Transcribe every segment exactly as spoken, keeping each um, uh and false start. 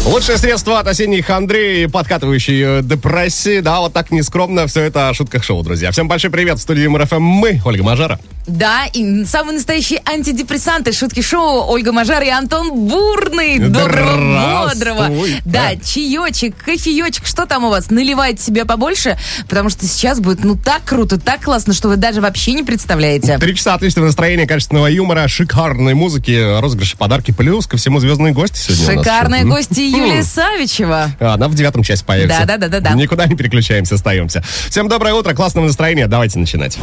Лучшее средство от осенней хандры и подкатывающей депрессии. Да, вот так нескромно все это о шутках шоу, друзья. Всем большой привет. В студии Юмор ФМ мы, Ольга Мажара. Да, и самые настоящие антидепрессанты, шутки шоу, Ольга Мажара и Антон Бурный. Доброго, бодрого. Да, да, чаечек, кофеечек, что там у вас? Наливайте себе побольше, потому что сейчас будет, ну, так круто, так классно, что вы даже вообще не представляете. Три часа отличного настроения, качественного юмора, шикарной музыки, розыгрыши, подарки, плюс ко всему звездные гости сегодня. Шикарные гости Юлия Савичева. Она в девятом часе появится. Да, да, да, да. Никуда не переключаемся, остаемся. Всем доброе утро, классного настроения. Давайте начинать.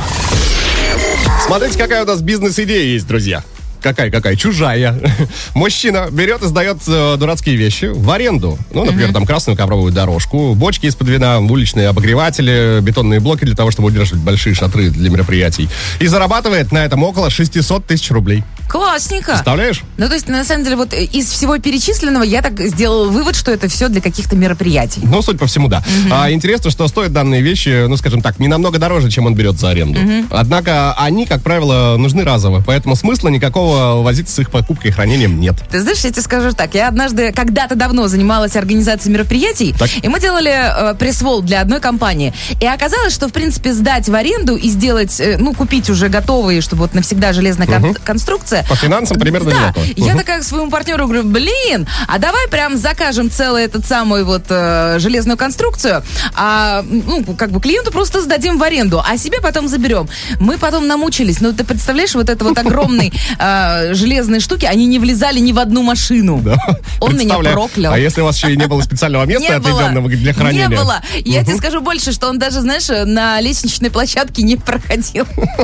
Смотрите, какая у нас бизнес-идея есть, друзья. Какая-какая? Чужая. Мужчина берет и сдает э, дурацкие вещи в аренду. Ну, например, uh-huh. там красную ковровую дорожку, бочки из-под вина, уличные обогреватели, бетонные блоки для того, чтобы удерживать большие шатры для мероприятий. И зарабатывает на этом около шестьсот тысяч рублей. Классненько. Представляешь? Ну, то есть, на самом деле, вот из всего перечисленного я так сделала вывод, что это все для каких-то мероприятий. Ну, судя по всему, да. Uh-huh. А, интересно, что стоят данные вещи, ну, скажем так, не намного дороже, чем он берет за аренду. Uh-huh. Однако они, как правило, нужны разово, поэтому смысла никакого возиться с их покупкой и хранением нет. Ты знаешь, я тебе скажу так, я однажды, когда-то давно занималась организацией мероприятий, так. и мы делали э, пресс-волл для одной компании. И оказалось, что, в принципе, сдать в аренду и сделать, э, ну, купить уже готовые, чтобы вот навсегда железная uh-huh. кон- конструкция. По финансам примерно да. одинаково. Я uh-huh. такая к своему партнеру говорю, блин, а давай прям закажем целую этот самую вот э, железную конструкцию, а, ну, как бы клиенту просто сдадим в аренду, а себе потом заберем. Мы потом намучились. Ну, ты представляешь, вот это вот огромный э, железные штуки, они не влезали ни в одну машину. Да. Он меня проклял. А если у вас еще и не было специального места, отведенного для хранения? Не было. Я тебе скажу больше, что он даже, знаешь, на лестничной площадке не проходил.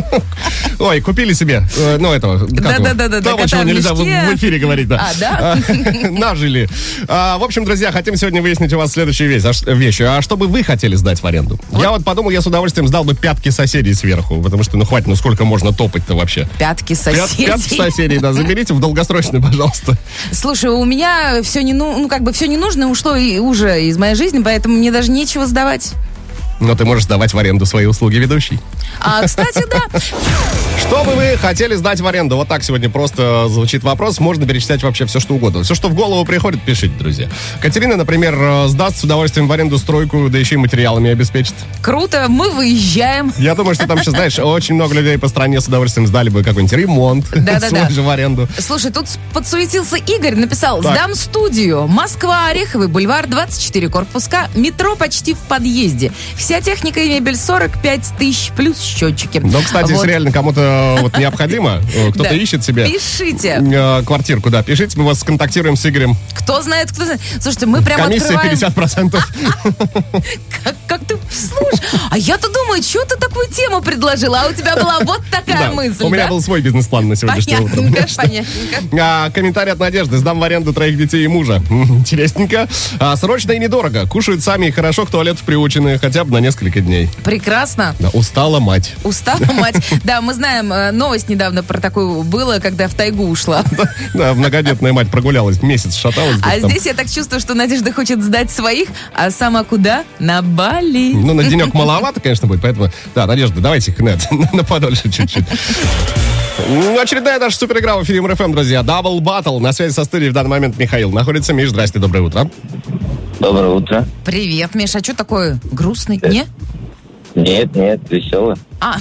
Ой, купили себе, ну, этого, да-да-да, того, чего нельзя в эфире говорить. А, да? Нажили. В общем, друзья, хотим сегодня выяснить у вас следующие вещи. А что бы вы хотели сдать в аренду? Я вот подумал, я с удовольствием сдал бы пятки соседей сверху, потому что, ну, хватит, ну, сколько можно топать-то вообще? Пятки соседей? Пятки соседей, да, заберите в долгосрочный, пожалуйста. Слушай, у меня все не, ну, ну как бы все ненужное ушло и уже из моей жизни, поэтому мне даже нечего сдавать. Но ты можешь сдавать в аренду свои услуги ведущей. А, кстати, да. Что бы вы хотели сдать в аренду? Вот так сегодня просто звучит вопрос. Можно перечислять вообще все, что угодно. Все, что в голову приходит, пишите, друзья. Катерина, например, сдаст с удовольствием в аренду стройку, да еще и материалами обеспечит. Круто, мы выезжаем. Я думаю, что там сейчас, знаешь, очень много людей по стране с удовольствием сдали бы какой-нибудь ремонт. Да-да-да. Свой же в аренду. Слушай, тут подсуетился Игорь, написал, так. Сдам студию. Москва, Ореховый, бульвар, двадцать четыре, корпус К, метро почти в подъезде. Вся техника и мебель сорок пять тысяч плюс счетчики. Ну, кстати, вот. Если реально кому-то вот необходимо, кто-то да. ищет себе пишите. Э, квартирку, да, пишите, мы вас сконтактируем с Игорем. Кто знает, кто знает. Слушайте, мы прямо комиссия открываем... пятьдесят процентов. Как ты, слушай, а я-то думаю, что ты такую тему предложила, а у тебя была вот такая мысль, у меня был свой бизнес-план на сегодняшнее утро. Понятненько. Комментарий от Надежды. Сдам в аренду троих детей и мужа. Интересненько. Срочно и недорого. Кушают сами и хорошо, к туалету приучены хотя бы на несколько дней. Прекрасно. Да, устала мать. Устала мать. Да, мы знаем, новость недавно про такую было, когда в тайгу ушла. Да, многодетная мать прогулялась, месяц шаталась. А здесь я так чувствую, что Надежда хочет сдать своих, а сама куда? На Бали. Ну, на денек маловато, конечно, будет, поэтому, да, Надежда, давайте их на, на подольше чуть-чуть. Ну, очередная наша супер игра в эфире Юмор ФМ, друзья. Дабл Баттл. На связи со студией в данный момент Михаил находится. Миш, здрасте, доброе утро. Доброе утро. Привет, Миш, а что такой грустный? Не? Нет, нет, веселый. А,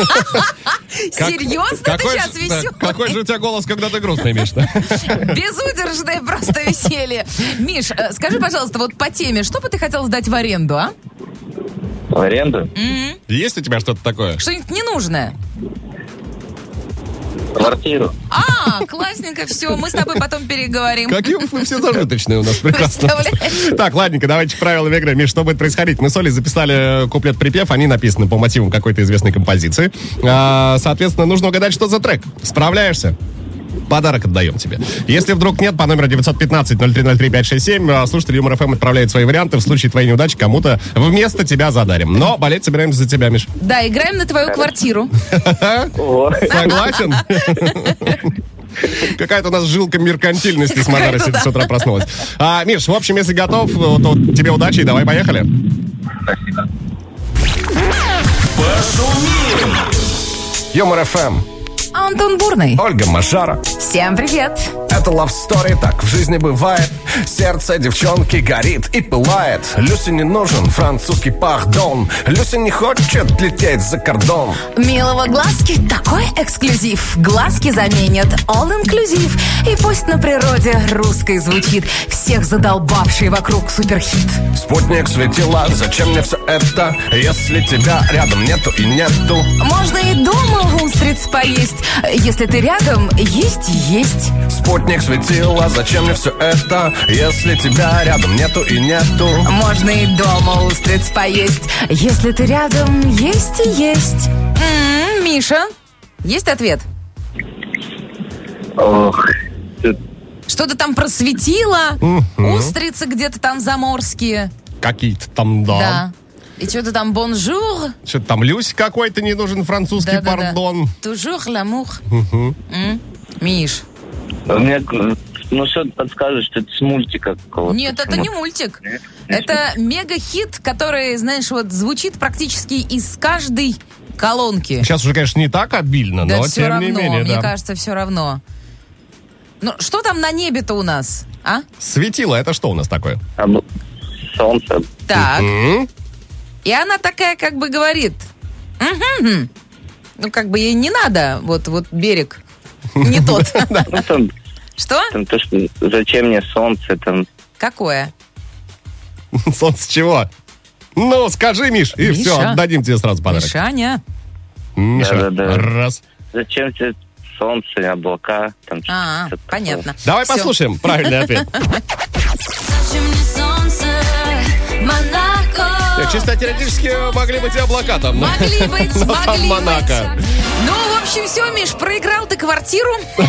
серьезно? Ты сейчас веселый? Какой же у тебя голос, когда ты грустный, Миш? Безудержное просто веселье. Миш, скажи, пожалуйста, вот по теме, что бы ты хотел сдать в аренду, а? В аренду? Mm-hmm. Есть у тебя что-то такое? Что-нибудь ненужное? Квартиру. А, классненько, все, мы с тобой потом переговорим. Какие вы все зажиточные у нас, прекрасно. Так, ладненько, давайте правила игры. Миш, что будет происходить? Мы с Олей записали куплет-припев, они написаны по мотивам какой-то известной композиции. А, соответственно, нужно угадать, что за трек. Справляешься? Подарок отдаем тебе. Если вдруг нет, по номеру девять один пять ноль три ноль три пять шесть семь слушатели Юмор ФМ отправляют свои варианты. В случае твоей неудачи кому-то вместо тебя задарим. Но болеть собираемся за тебя, Миш. Да, играем на твою квартиру. Согласен? Какая-то у нас жилка меркантильности с Мажарой с утра проснулась. А, Миш, в общем, если готов, то тебе удачи и давай, поехали. Спасибо. Юмор ФМ. Антон Бурный. Ольга Мажара. Всем привет. Это Love Story, так в жизни бывает. Сердце девчонки горит и пылает. Люсе не нужен французский пардон. Люся не хочет лететь за кордон. Милого глазки такой эксклюзив. Глазки заменят all-inclusive. И пусть на природе русской звучит всех задолбавший вокруг суперхит. Спутник светила, зачем мне все это, если тебя рядом нету и нету? Можно и дома устриц поесть. Если ты рядом, есть и есть. Спутник светила, зачем мне все это, если тебя рядом нету и нету? Можно и дома устриц поесть. Если ты рядом, есть и есть. М-м, Миша, есть ответ? Ох, Что-то там просветило, Мгм. устрицы где-то там заморские. Какие-то там, да. Да. И что-то там бонжур. Что-то там Люсь какой-то не нужен французский Да-да-да. пардон. Toujours l'amour. М? Миш. у меня, ну что ты подскажешь, что это с мультика какого-то? Нет, это не мультик. Нет? Это мега-хит, который, знаешь, вот звучит практически из каждой колонки. Сейчас уже, конечно, не так обильно, Да но все тем равно, не менее, мне да. кажется, все равно. Ну, что там на небе-то у нас, а? Светило, это что у нас такое? А, ну, солнце. Так. М? И она такая как бы говорит, «Мгм-гм». Ну, как бы ей не надо, вот, вот берег не тот. Ну, там, Что? там то, что зачем мне солнце, там... Какое? Солнце чего? Ну, скажи, Миш, и Миша. все, отдадим тебе сразу подарок. Мишаня. Миша, Да-да-да. раз. Зачем тебе солнце, облака, там А, что-то понятно. Давай Всё. послушаем правильный ответ. Зачем мне солнце, Монако? Нет, чисто теоретически могли быть и облака там. но- Могли быть, но там могли Монако. быть. Ну, в общем, все, Миш, проиграл ты квартиру.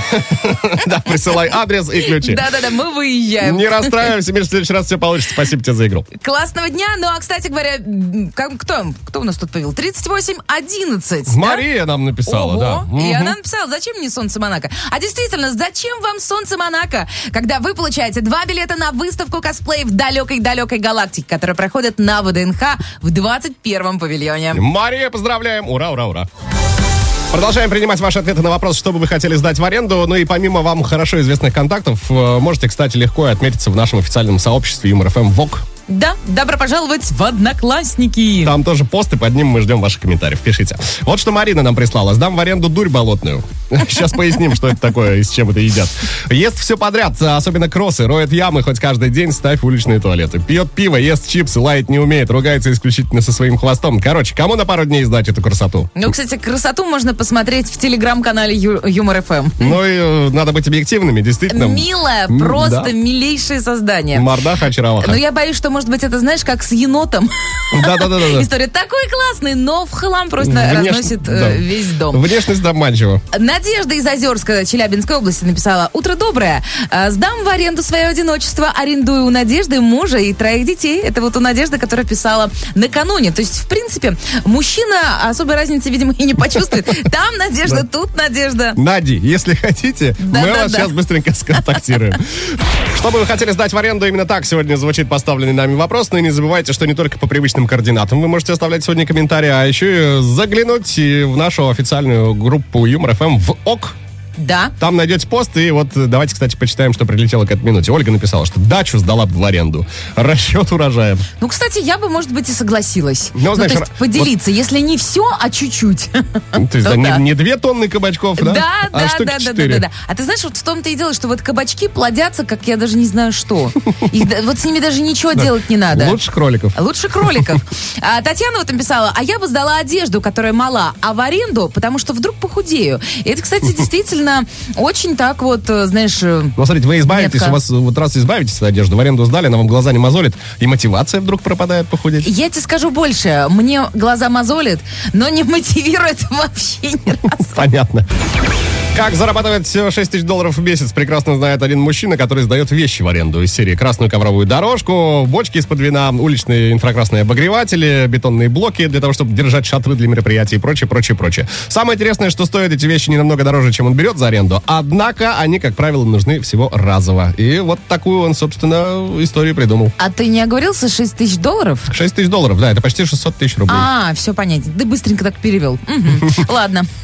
Да, присылай адрес и ключи. Да-да-да, мы выезжаем. Не расстраивайся, Миш, в следующий раз все получится. Спасибо тебе за игру. Классного дня. Ну, а, кстати говоря, м, как- кто, кто у нас тут повел? тридцать восемь одиннадцать. да? Мария нам написала, да. Ого, и Мгм. она написала, зачем мне солнце Монако? А действительно, зачем вам солнце Монако, когда вы получаете два билета на выставку косплей в далекой-далекой галактике, которая проходит на ВДНХ в двадцать первом павильоне? Мария, поздравляем. Ура, ура, ура. Продолжаем принимать ваши ответы на вопрос, что бы вы хотели сдать в аренду. Ну и помимо вам хорошо известных контактов, э, можете, кстати, легко отметиться в нашем официальном сообществе Юмор эф эм ВОК. Да, добро пожаловать в Одноклассники. Там тоже посты, под ним мы ждем ваших комментариев. Пишите. Вот что Марина нам прислала. Сдам в аренду дурь болотную. Сейчас поясним, что это такое и с чем это едят. Ест все подряд, особенно кроссы. Роет ямы хоть каждый день, ставь в уличные туалеты. Пьет пиво, ест чипсы, лаять не умеет, ругается исключительно со своим хвостом. Короче, кому на пару дней сдать эту красоту? Ну, кстати, красоту можно посмотреть в телеграм-канале Ю- Юмор эф эм. Ну и э, надо быть объективными, действительно. Милое, М, просто да. милейшее создание. Мордаха очароваха. Но я боюсь, что, может быть, это, знаешь, как с енотом. Да-да-да. История такой классный, но в хлам просто Внеш- разносит э, да. весь дом. Внешность обманчива. Надежда из Озерска, Челябинской области, написала: «Утро доброе. А, Сдам в аренду свое одиночество, арендую у Надежды мужа и троих детей». Это вот у Надежды, которая писала накануне. То есть, в принципе, мужчина особой разницы, видимо, и не почувствует. Там Надежда, тут Надежда. Нади, если хотите, Да, мы да, вас да. сейчас быстренько сконтактируем. Что бы вы хотели сдать в аренду, именно так сегодня звучит поставленный нами вопрос. Но и не забывайте, что не только по привычным координатам вы можете оставлять сегодня комментарии, а еще и заглянуть и в нашу официальную группу Юмор эф эм в ОК. Да. Там найдете пост, и вот давайте, кстати, почитаем, что прилетело к этой минуте. Ольга написала, что дачу сдала бы в аренду. Расчет урожаем. Ну, кстати, я бы, может быть, и согласилась. Ну, Ну, знаешь, то есть ра- поделиться, если не все, а чуть-чуть. Ну, то есть, да, Ну, да. не, не две тонны кабачков, да? Да, а да, штуки да, да, да, четыре. да, да. А ты знаешь, вот в том-то и дело, что вот кабачки плодятся, как я даже не знаю что. Их да- вот с ними даже ничего делать не надо. Лучше кроликов. Лучше кроликов. А Татьяна вот написала: а я бы сдала одежду, которая мала, а в аренду, потому что вдруг похудею. И это, кстати, действительно очень так вот, э, знаешь... э, Ну, смотрите, вы избавитесь, Метко. у вас вот раз избавитесь от одежды, в аренду сдали, она вам глаза не мозолит, и мотивация вдруг пропадает похудеть. Я тебе скажу больше. Мне глаза мозолит, но не мотивирует вообще ни разу. Понятно. Как зарабатывать шесть тысяч долларов в месяц, прекрасно знает один мужчина, который сдает вещи в аренду из серии: красную ковровую дорожку, бочки из-под вина, уличные инфракрасные обогреватели, бетонные блоки для того, чтобы держать шатры для мероприятий и прочее, прочее, прочее. Самое интересное, что стоят эти вещи не намного дороже, чем он берет за аренду, однако они, как правило, нужны всего разово. И вот такую он, собственно, историю придумал. А ты не оговорился шесть тысяч долларов? шесть тысяч долларов, да, это почти шестьсот тысяч рублей. А, все понятно. Ты быстренько так перевел. Мгм. Ладно.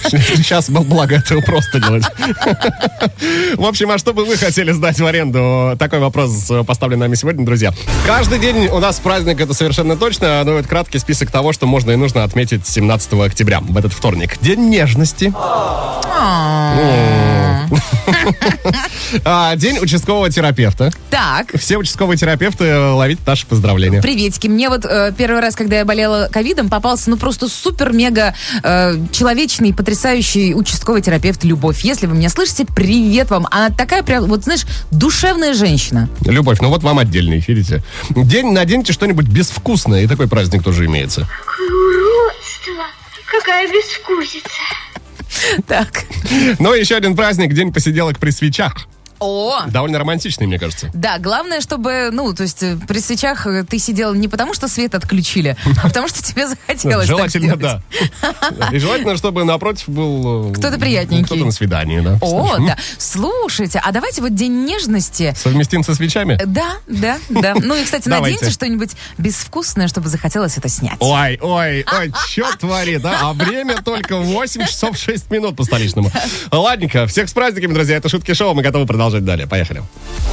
Сейчас было благо этого просто делать. В общем, а что бы вы хотели сдать в аренду? Такой вопрос поставлен нами сегодня, друзья. Каждый день у нас праздник, это совершенно точно, но это краткий список того, что можно и нужно отметить семнадцатого октября, в этот вторник. День нежности. А, День участкового терапевта. Так. Все участковые терапевты ловить наши поздравления. Приветики. Мне вот э, первый раз, когда я болела ковидом, попался, ну, просто супер-мега э, человечный, потрясающий участковый терапевт Любовь. Если вы меня слышите, привет вам. Она такая прям, вот знаешь, душевная женщина. Любовь, ну вот вам отдельный, видите. День, наденьте что-нибудь безвкусное, и такой праздник тоже имеется. Уродство! Какая безвкусица! Так. Ну и еще один праздник, день посиделок при свечах. О! Довольно романтичный, мне кажется. Да, главное, чтобы, ну, то есть э, при свечах э, ты сидел не потому, что свет отключили, а потому, что тебе захотелось так Желательно, сделать. да. И желательно, чтобы напротив был... э, Кто-то приятненький. Кто-то на свидании, да. О, да. Слушайте, а давайте вот день нежности. Совместим со свечами? Да, да, да. Ну и, кстати, Давайте. наденьте что-нибудь безвкусное, чтобы захотелось это снять. Ой, ой, ой, что творит, а? А время только восемь часов шесть минут по столичному. Ладненько, всех с праздниками, друзья. Это Шутки Шоу, мы готовы продолжать далее. Поехали.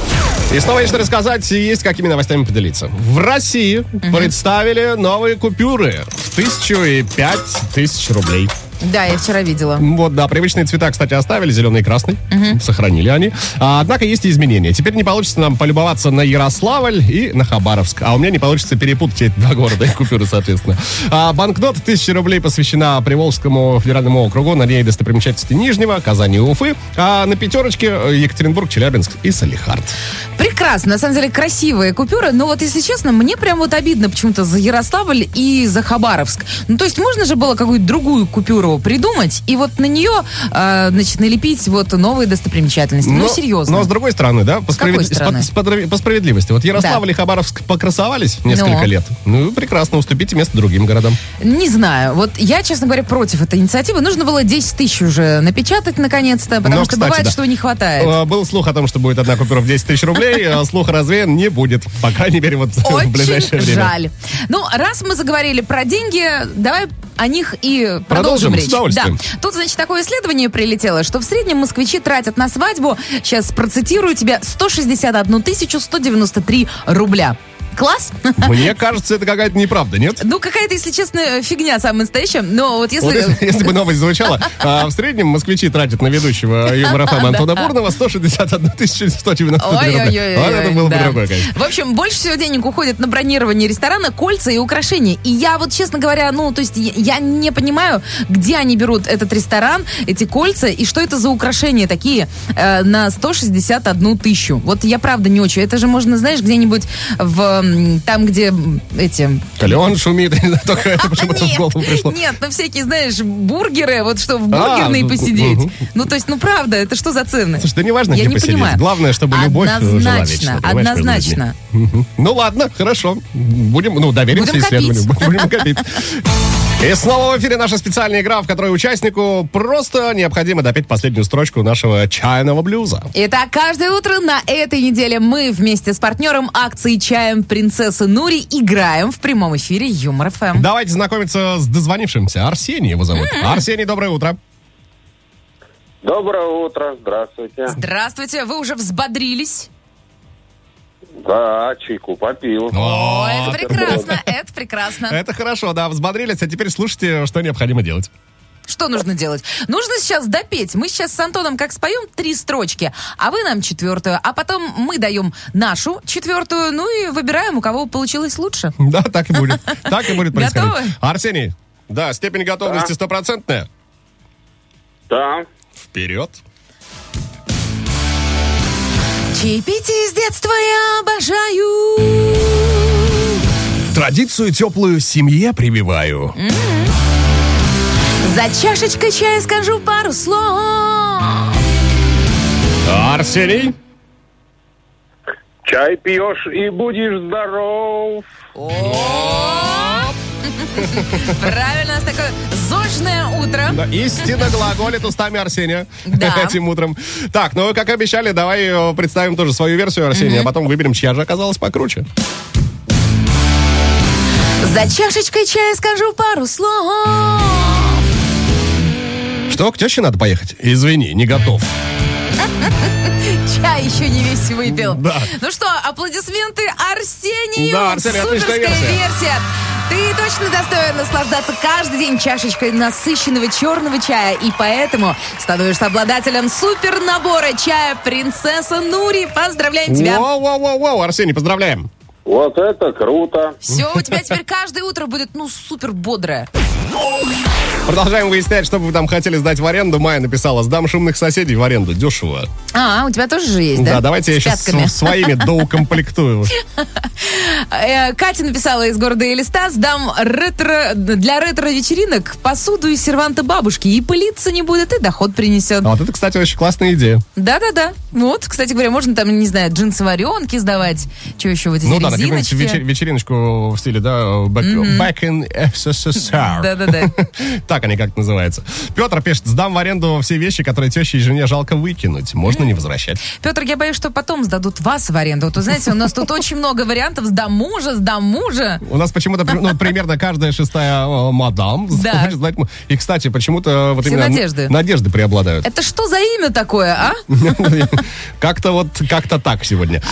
И снова есть что рассказать, и есть какими новостями поделиться. В России uh-huh. представили новые купюры в тысячу и пять тысяч рублей. Да, я вчера видела. Вот, да, привычные цвета, кстати, оставили, зеленый и красный. Uh-huh. Сохранили они. А, однако есть и изменения. Теперь не получится нам полюбоваться на Ярославль и на Хабаровск. А у меня не получится перепутать эти два города и купюры, соответственно. А, банкнота тысяча рублей посвящена Приволжскому федеральному округу. На ней достопримечательности Нижнего, Казани и Уфы. А на пятерочке Екатеринбург, Челябинск и Салихард. Прекрасно. На самом деле красивые купюры. Но вот, если честно, мне прям вот обидно почему-то за Ярославль и за Хабаровск. Ну, то есть можно же было какую-то другую купюру придумать и вот на нее, э, значит, налепить вот новые достопримечательности. Но, ну, серьезно. Но с другой стороны, да, по, справед... стороны? По, по, по справедливости. Вот Ярославль да. и Хабаровск покрасовались несколько но. лет. Ну, прекрасно, уступите место другим городам. Не знаю. Вот я, честно говоря, против этой инициативы. Нужно было десять тысяч уже напечатать, наконец-то, потому но, что кстати, бывает, да. что не хватает. Был слух о том, что будет одна купюра в десять тысяч рублей. Слух развеян не будет. По крайней мере, вот очень в ближайшее время. жаль. Ну, раз мы заговорили про деньги, давай о них и продолжим, продолжим речь. С удовольствием. Да. Тут, значит, такое исследование прилетело, что в среднем москвичи тратят на свадьбу, сейчас процитирую тебя, сто шестьдесят одну тысячу сто девяносто три рубля. Класс? Мне кажется, это какая-то неправда, нет? Ну, какая-то, если честно, фигня самая настоящая. Но вот если... Вот если, если бы новость звучала, а, в среднем москвичи тратят на ведущего Юмор ФМ Антона Бурного сто шестьдесят одну тысячу сто девяносто три рубля. Вот это было бы другое, конечно. В общем, больше всего денег уходит на бронирование ресторана, кольца и украшения. И я вот, честно говоря, ну, то есть я не понимаю, где они берут этот ресторан, эти кольца, и что это за украшения такие э, на сто шестьдесят одну тысячу. Вот я правда не очень. Это же можно, знаешь, где-нибудь в там, где эти... Калеон шумит, только это почему-то в голову пришло. Нет, ну всякие, знаешь, бургеры, вот что в бургерной а, посидеть. Угу. Ну, то есть, ну правда, это что за цены? Слушай, да не важно, я где не посидеть. Понимаю. Главное, чтобы любовь жила вечно. Однозначно. Угу. Ну ладно, хорошо. Будем, ну, доверимся Будем исследованию. копить. Будем копить. И снова в эфире наша специальная игра, в которой участнику просто необходимо допеть последнюю строчку нашего чайного блюза. Итак, каждое утро на этой неделе мы вместе с партнером акции «Чаем принцессы Нури» играем в прямом эфире Юмор ФМ. Давайте знакомиться с дозвонившимся. Арсений его зовут. Mm-hmm. Арсений, доброе утро. Доброе утро, здравствуйте. Здравствуйте, вы уже взбодрились? Да, чайку попил. О, это прекрасно, это прекрасно. Это хорошо, да, взбодрились, а теперь слушайте, что необходимо делать. Что нужно делать? Нужно сейчас допеть. Мы сейчас с Антоном как споем три строчки, а вы нам четвертую, а потом мы даем нашу четвертую, ну и выбираем, у кого получилось лучше. Да, так и будет. Так и будет происходить. Готовы? Арсений, да, степень готовности стопроцентная? Да. Вперед. Чаепитие с детства я обожаю. Традицию теплую семье прививаю. Mm-hmm. За чашечкой чая скажу пару слов. Арсений. Чай пьешь и будешь здоров. Правильно, у нас такое зожное утро. Да, истинно глаголит устами Арсения. Да. Этим утром. Так, ну, как обещали, давай представим тоже свою версию Арсения, mm-hmm. а потом выберем, чья же оказалась покруче. За чашечкой чая скажу пару слов. Что, к теще надо поехать? Извини, не готов. Чай еще не весь выпил. Да. Ну что, аплодисменты Арсению. Да, Арсений, отличная Суперская версия. версия. Ты точно достоин наслаждаться каждый день чашечкой насыщенного черного чая. И поэтому становишься обладателем супер набора чая «Принцесса Нури». Поздравляем тебя. Воу-воу-воу, Арсений, поздравляем. Вот это круто. Все, у тебя теперь каждое утро будет, ну, супер бодрое. Продолжаем выяснять, что бы вы там хотели сдать в аренду. Майя написала: сдам шумных соседей в аренду. Дешево. А, у тебя тоже же есть, да? Да, давайте я С сейчас пятками. своими доукомплектую. Э, Катя написала из города Элиста: сдам ретро, для ретро-вечеринок посуду из серванта бабушки. И пылиться не будет, и доход принесет. А вот это, кстати, очень классная идея. Да-да-да. Вот, кстати говоря, можно там, не знаю, джинсы-варенки сдавать. Что еще, вот эти Ну да, например, резиночки. вечер- вечериночку в стиле, да, back, back in эс эс эс ар. Да-да-да. Так они как называются. Петр пишет: сдам в аренду все вещи, которые теще и жене жалко выкинуть. Можно не возвращать. Петр, я боюсь, что потом сдадут вас в аренду. Вот, вы знаете, у нас тут очень много вариантов. Сдам мужа, сдам мужа. У нас почему-то ну, примерно каждая шестая э, мадам Да. хочет сдать му- И, кстати, почему-то вот Все именно надежды. надежды преобладают. Это что за имя такое, а? Как-то вот, как-то так сегодня.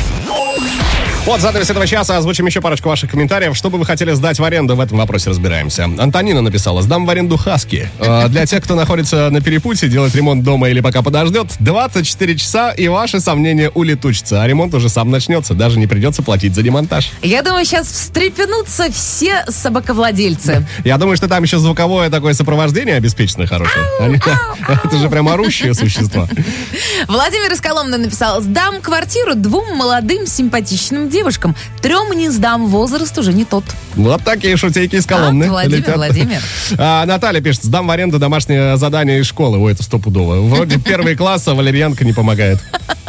Вот, занавес этого часа озвучим еще парочку ваших комментариев. Что бы вы хотели сдать в аренду, в этом вопросе разбираемся. Антонина написала: сдам в аренду хаски. Э, Для тех, кто находится на перепутье, делает ремонт дома или пока подождет, двадцать четыре часа, и ваши сомнения улетучатся. А ремонт уже сам начнется, даже не придется платить за демонтаж. Я думаю, сейчас встрепенутся все собаковладельцы. Я думаю, что там еще звуковое такое сопровождение обеспечено хорошее. Они- Это же прям орущие существа. Владимир из Коломны написал: сдам квартиру двум молодым симпатичным девушкам. Трем не сдам, возраст уже не тот. Вот такие шутейки из Коломны. А, Владимир, летят. Владимир. А, Наталья пишет: сдам в аренду домашнее задание из школы. Ой, это стопудово. Вроде первый класс, а валерьянка не помогает.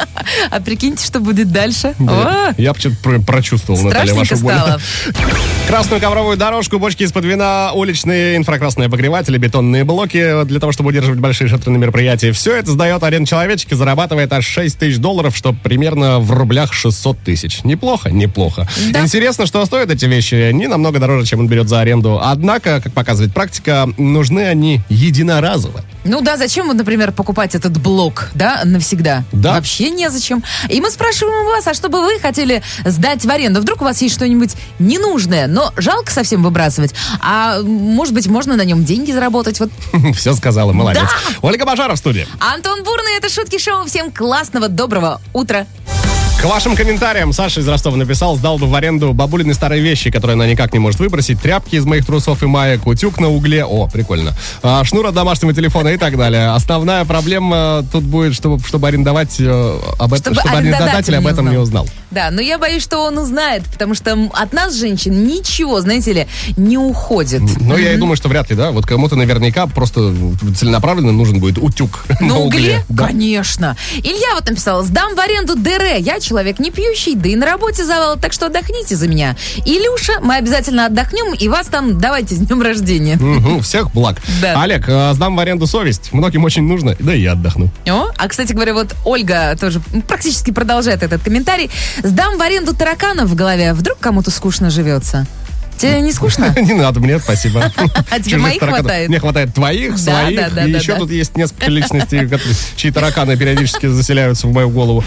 А прикиньте, что будет дальше. Да. О, Я бы что-то про- прочувствовал, Наталья, страшненько вашу боль. стало. Красную ковровую дорожку, бочки из-под вина, уличные инфракрасные обогреватели, бетонные блоки для того, чтобы удерживать большие шатры на мероприятии. Все это сдает арендчеловечек и зарабатывает аж шесть тысяч долларов, что примерно в рублях шестьсот тысяч. Неплохо, неплохо. Да. Интересно, что стоят эти вещи не намного дороже, чем он берет за аренду. Однако, как показывает практика, нужны они единоразово. Ну да, зачем, вот, например, покупать этот блок, да, навсегда? Да. Вообще незачем. И мы спрашиваем у вас, а что бы вы хотели сдать в аренду? Вдруг у вас есть что-нибудь ненужное, но жалко совсем выбрасывать, а может быть, можно на нем деньги заработать? Вот. Все сказала, молодец. Ольга Бажара в студии. Антон Бурный, это Шутки Шоу. Всем классного, доброго утра. К вашим комментариям Саша из Ростова написал: сдал бы в аренду бабулины старые вещи, которые она никак не может выбросить, тряпки из моих трусов и маек, утюг на угле, о, прикольно, а, шнур от домашнего телефона и так далее. Основная проблема тут будет, чтобы, чтобы арендовать, э, об этом, Чтобы чтобы арендодатель арендодатель об не этом не узнал. узнал. Да, но я боюсь, что он узнает, потому что от нас, женщин, ничего, знаете ли, не уходит. Но я и думаю, что вряд ли, да, вот кому-то наверняка просто целенаправленно нужен будет утюг На на угле? Да. Конечно. Илья вот написал: сдам в аренду ДР. Я человек не пьющий, да и на работе завал, так что отдохните за меня. Илюша, мы обязательно отдохнем, и вас там давайте с днем рождения. Мгм, всех благ. Да. Олег, э, сдам в аренду совесть. Многим очень нужно, да и я отдохну. О, а, кстати говоря, вот Ольга тоже практически продолжает этот комментарий. Сдам в аренду тараканов в голове. Вдруг кому-то скучно живется. Тебе не скучно? Не надо мне, спасибо. А тебе Чужих моих тараканов. хватает? Мне хватает твоих, Да, своих. да, да, И да, еще да. тут есть несколько личностей, которые- чьи тараканы периодически заселяются в мою голову.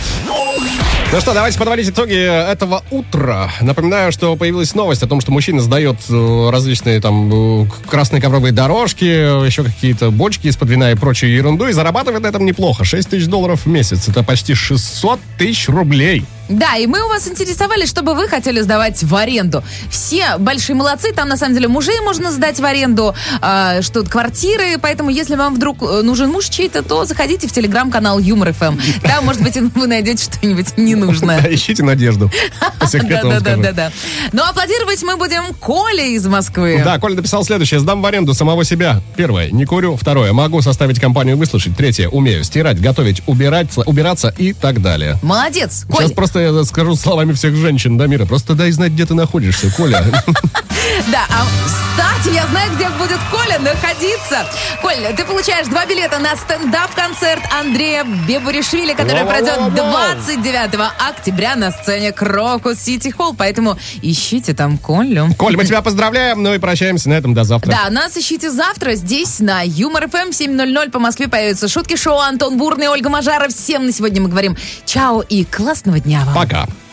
Ну что, давайте подводить итоги этого утра. Напоминаю, что появилась новость о том, что мужчина сдает э, различные там э, красные ковровые дорожки, еще какие-то бочки из-под вина и прочую ерунду, и зарабатывает на этом неплохо. шесть тысяч долларов в месяц. Это почти шестьсот тысяч рублей. Да, и мы у вас интересовали, что бы вы хотели сдавать в аренду. Все большие молодцы, там на самом деле мужей можно сдать в аренду, э, что квартиры, поэтому если вам вдруг э, нужен муж чей-то, то заходите в телеграм-канал Юмор эф эм. Там, может быть, вы найдете что-нибудь ненужное. Ищите надежду. Да, да, да, да, да. Ну, аплодировать мы будем Коле из Москвы. Да, Коля написал следующее: сдам в аренду самого себя. Первое, не курю. Второе, могу составить компанию выслушать. Третье, умею стирать, готовить, убирать, убираться и так далее. Молодец, Коль. Сейчас просто я скажу словами всех женщин до мира. Просто дай знать, где ты находишься, Коля. Да, а кстати, я знаю, где будет Коля находиться. Коль, ты получаешь два билета на стендап-концерт Андрея Бебуришвили, который пройдет двадцать девятого октября на сцене Крокус Сити Холл. Поэтому ищите там Колю. Коль, мы тебя поздравляем, ну и прощаемся на этом до завтра. Да, нас ищите завтра здесь на Юмор ФМ семь ноль ноль по Москве появятся шутки шоу Антон Бурный, Ольга Мажара. Всем на сегодня мы говорим чао и классного дня вам. Пока.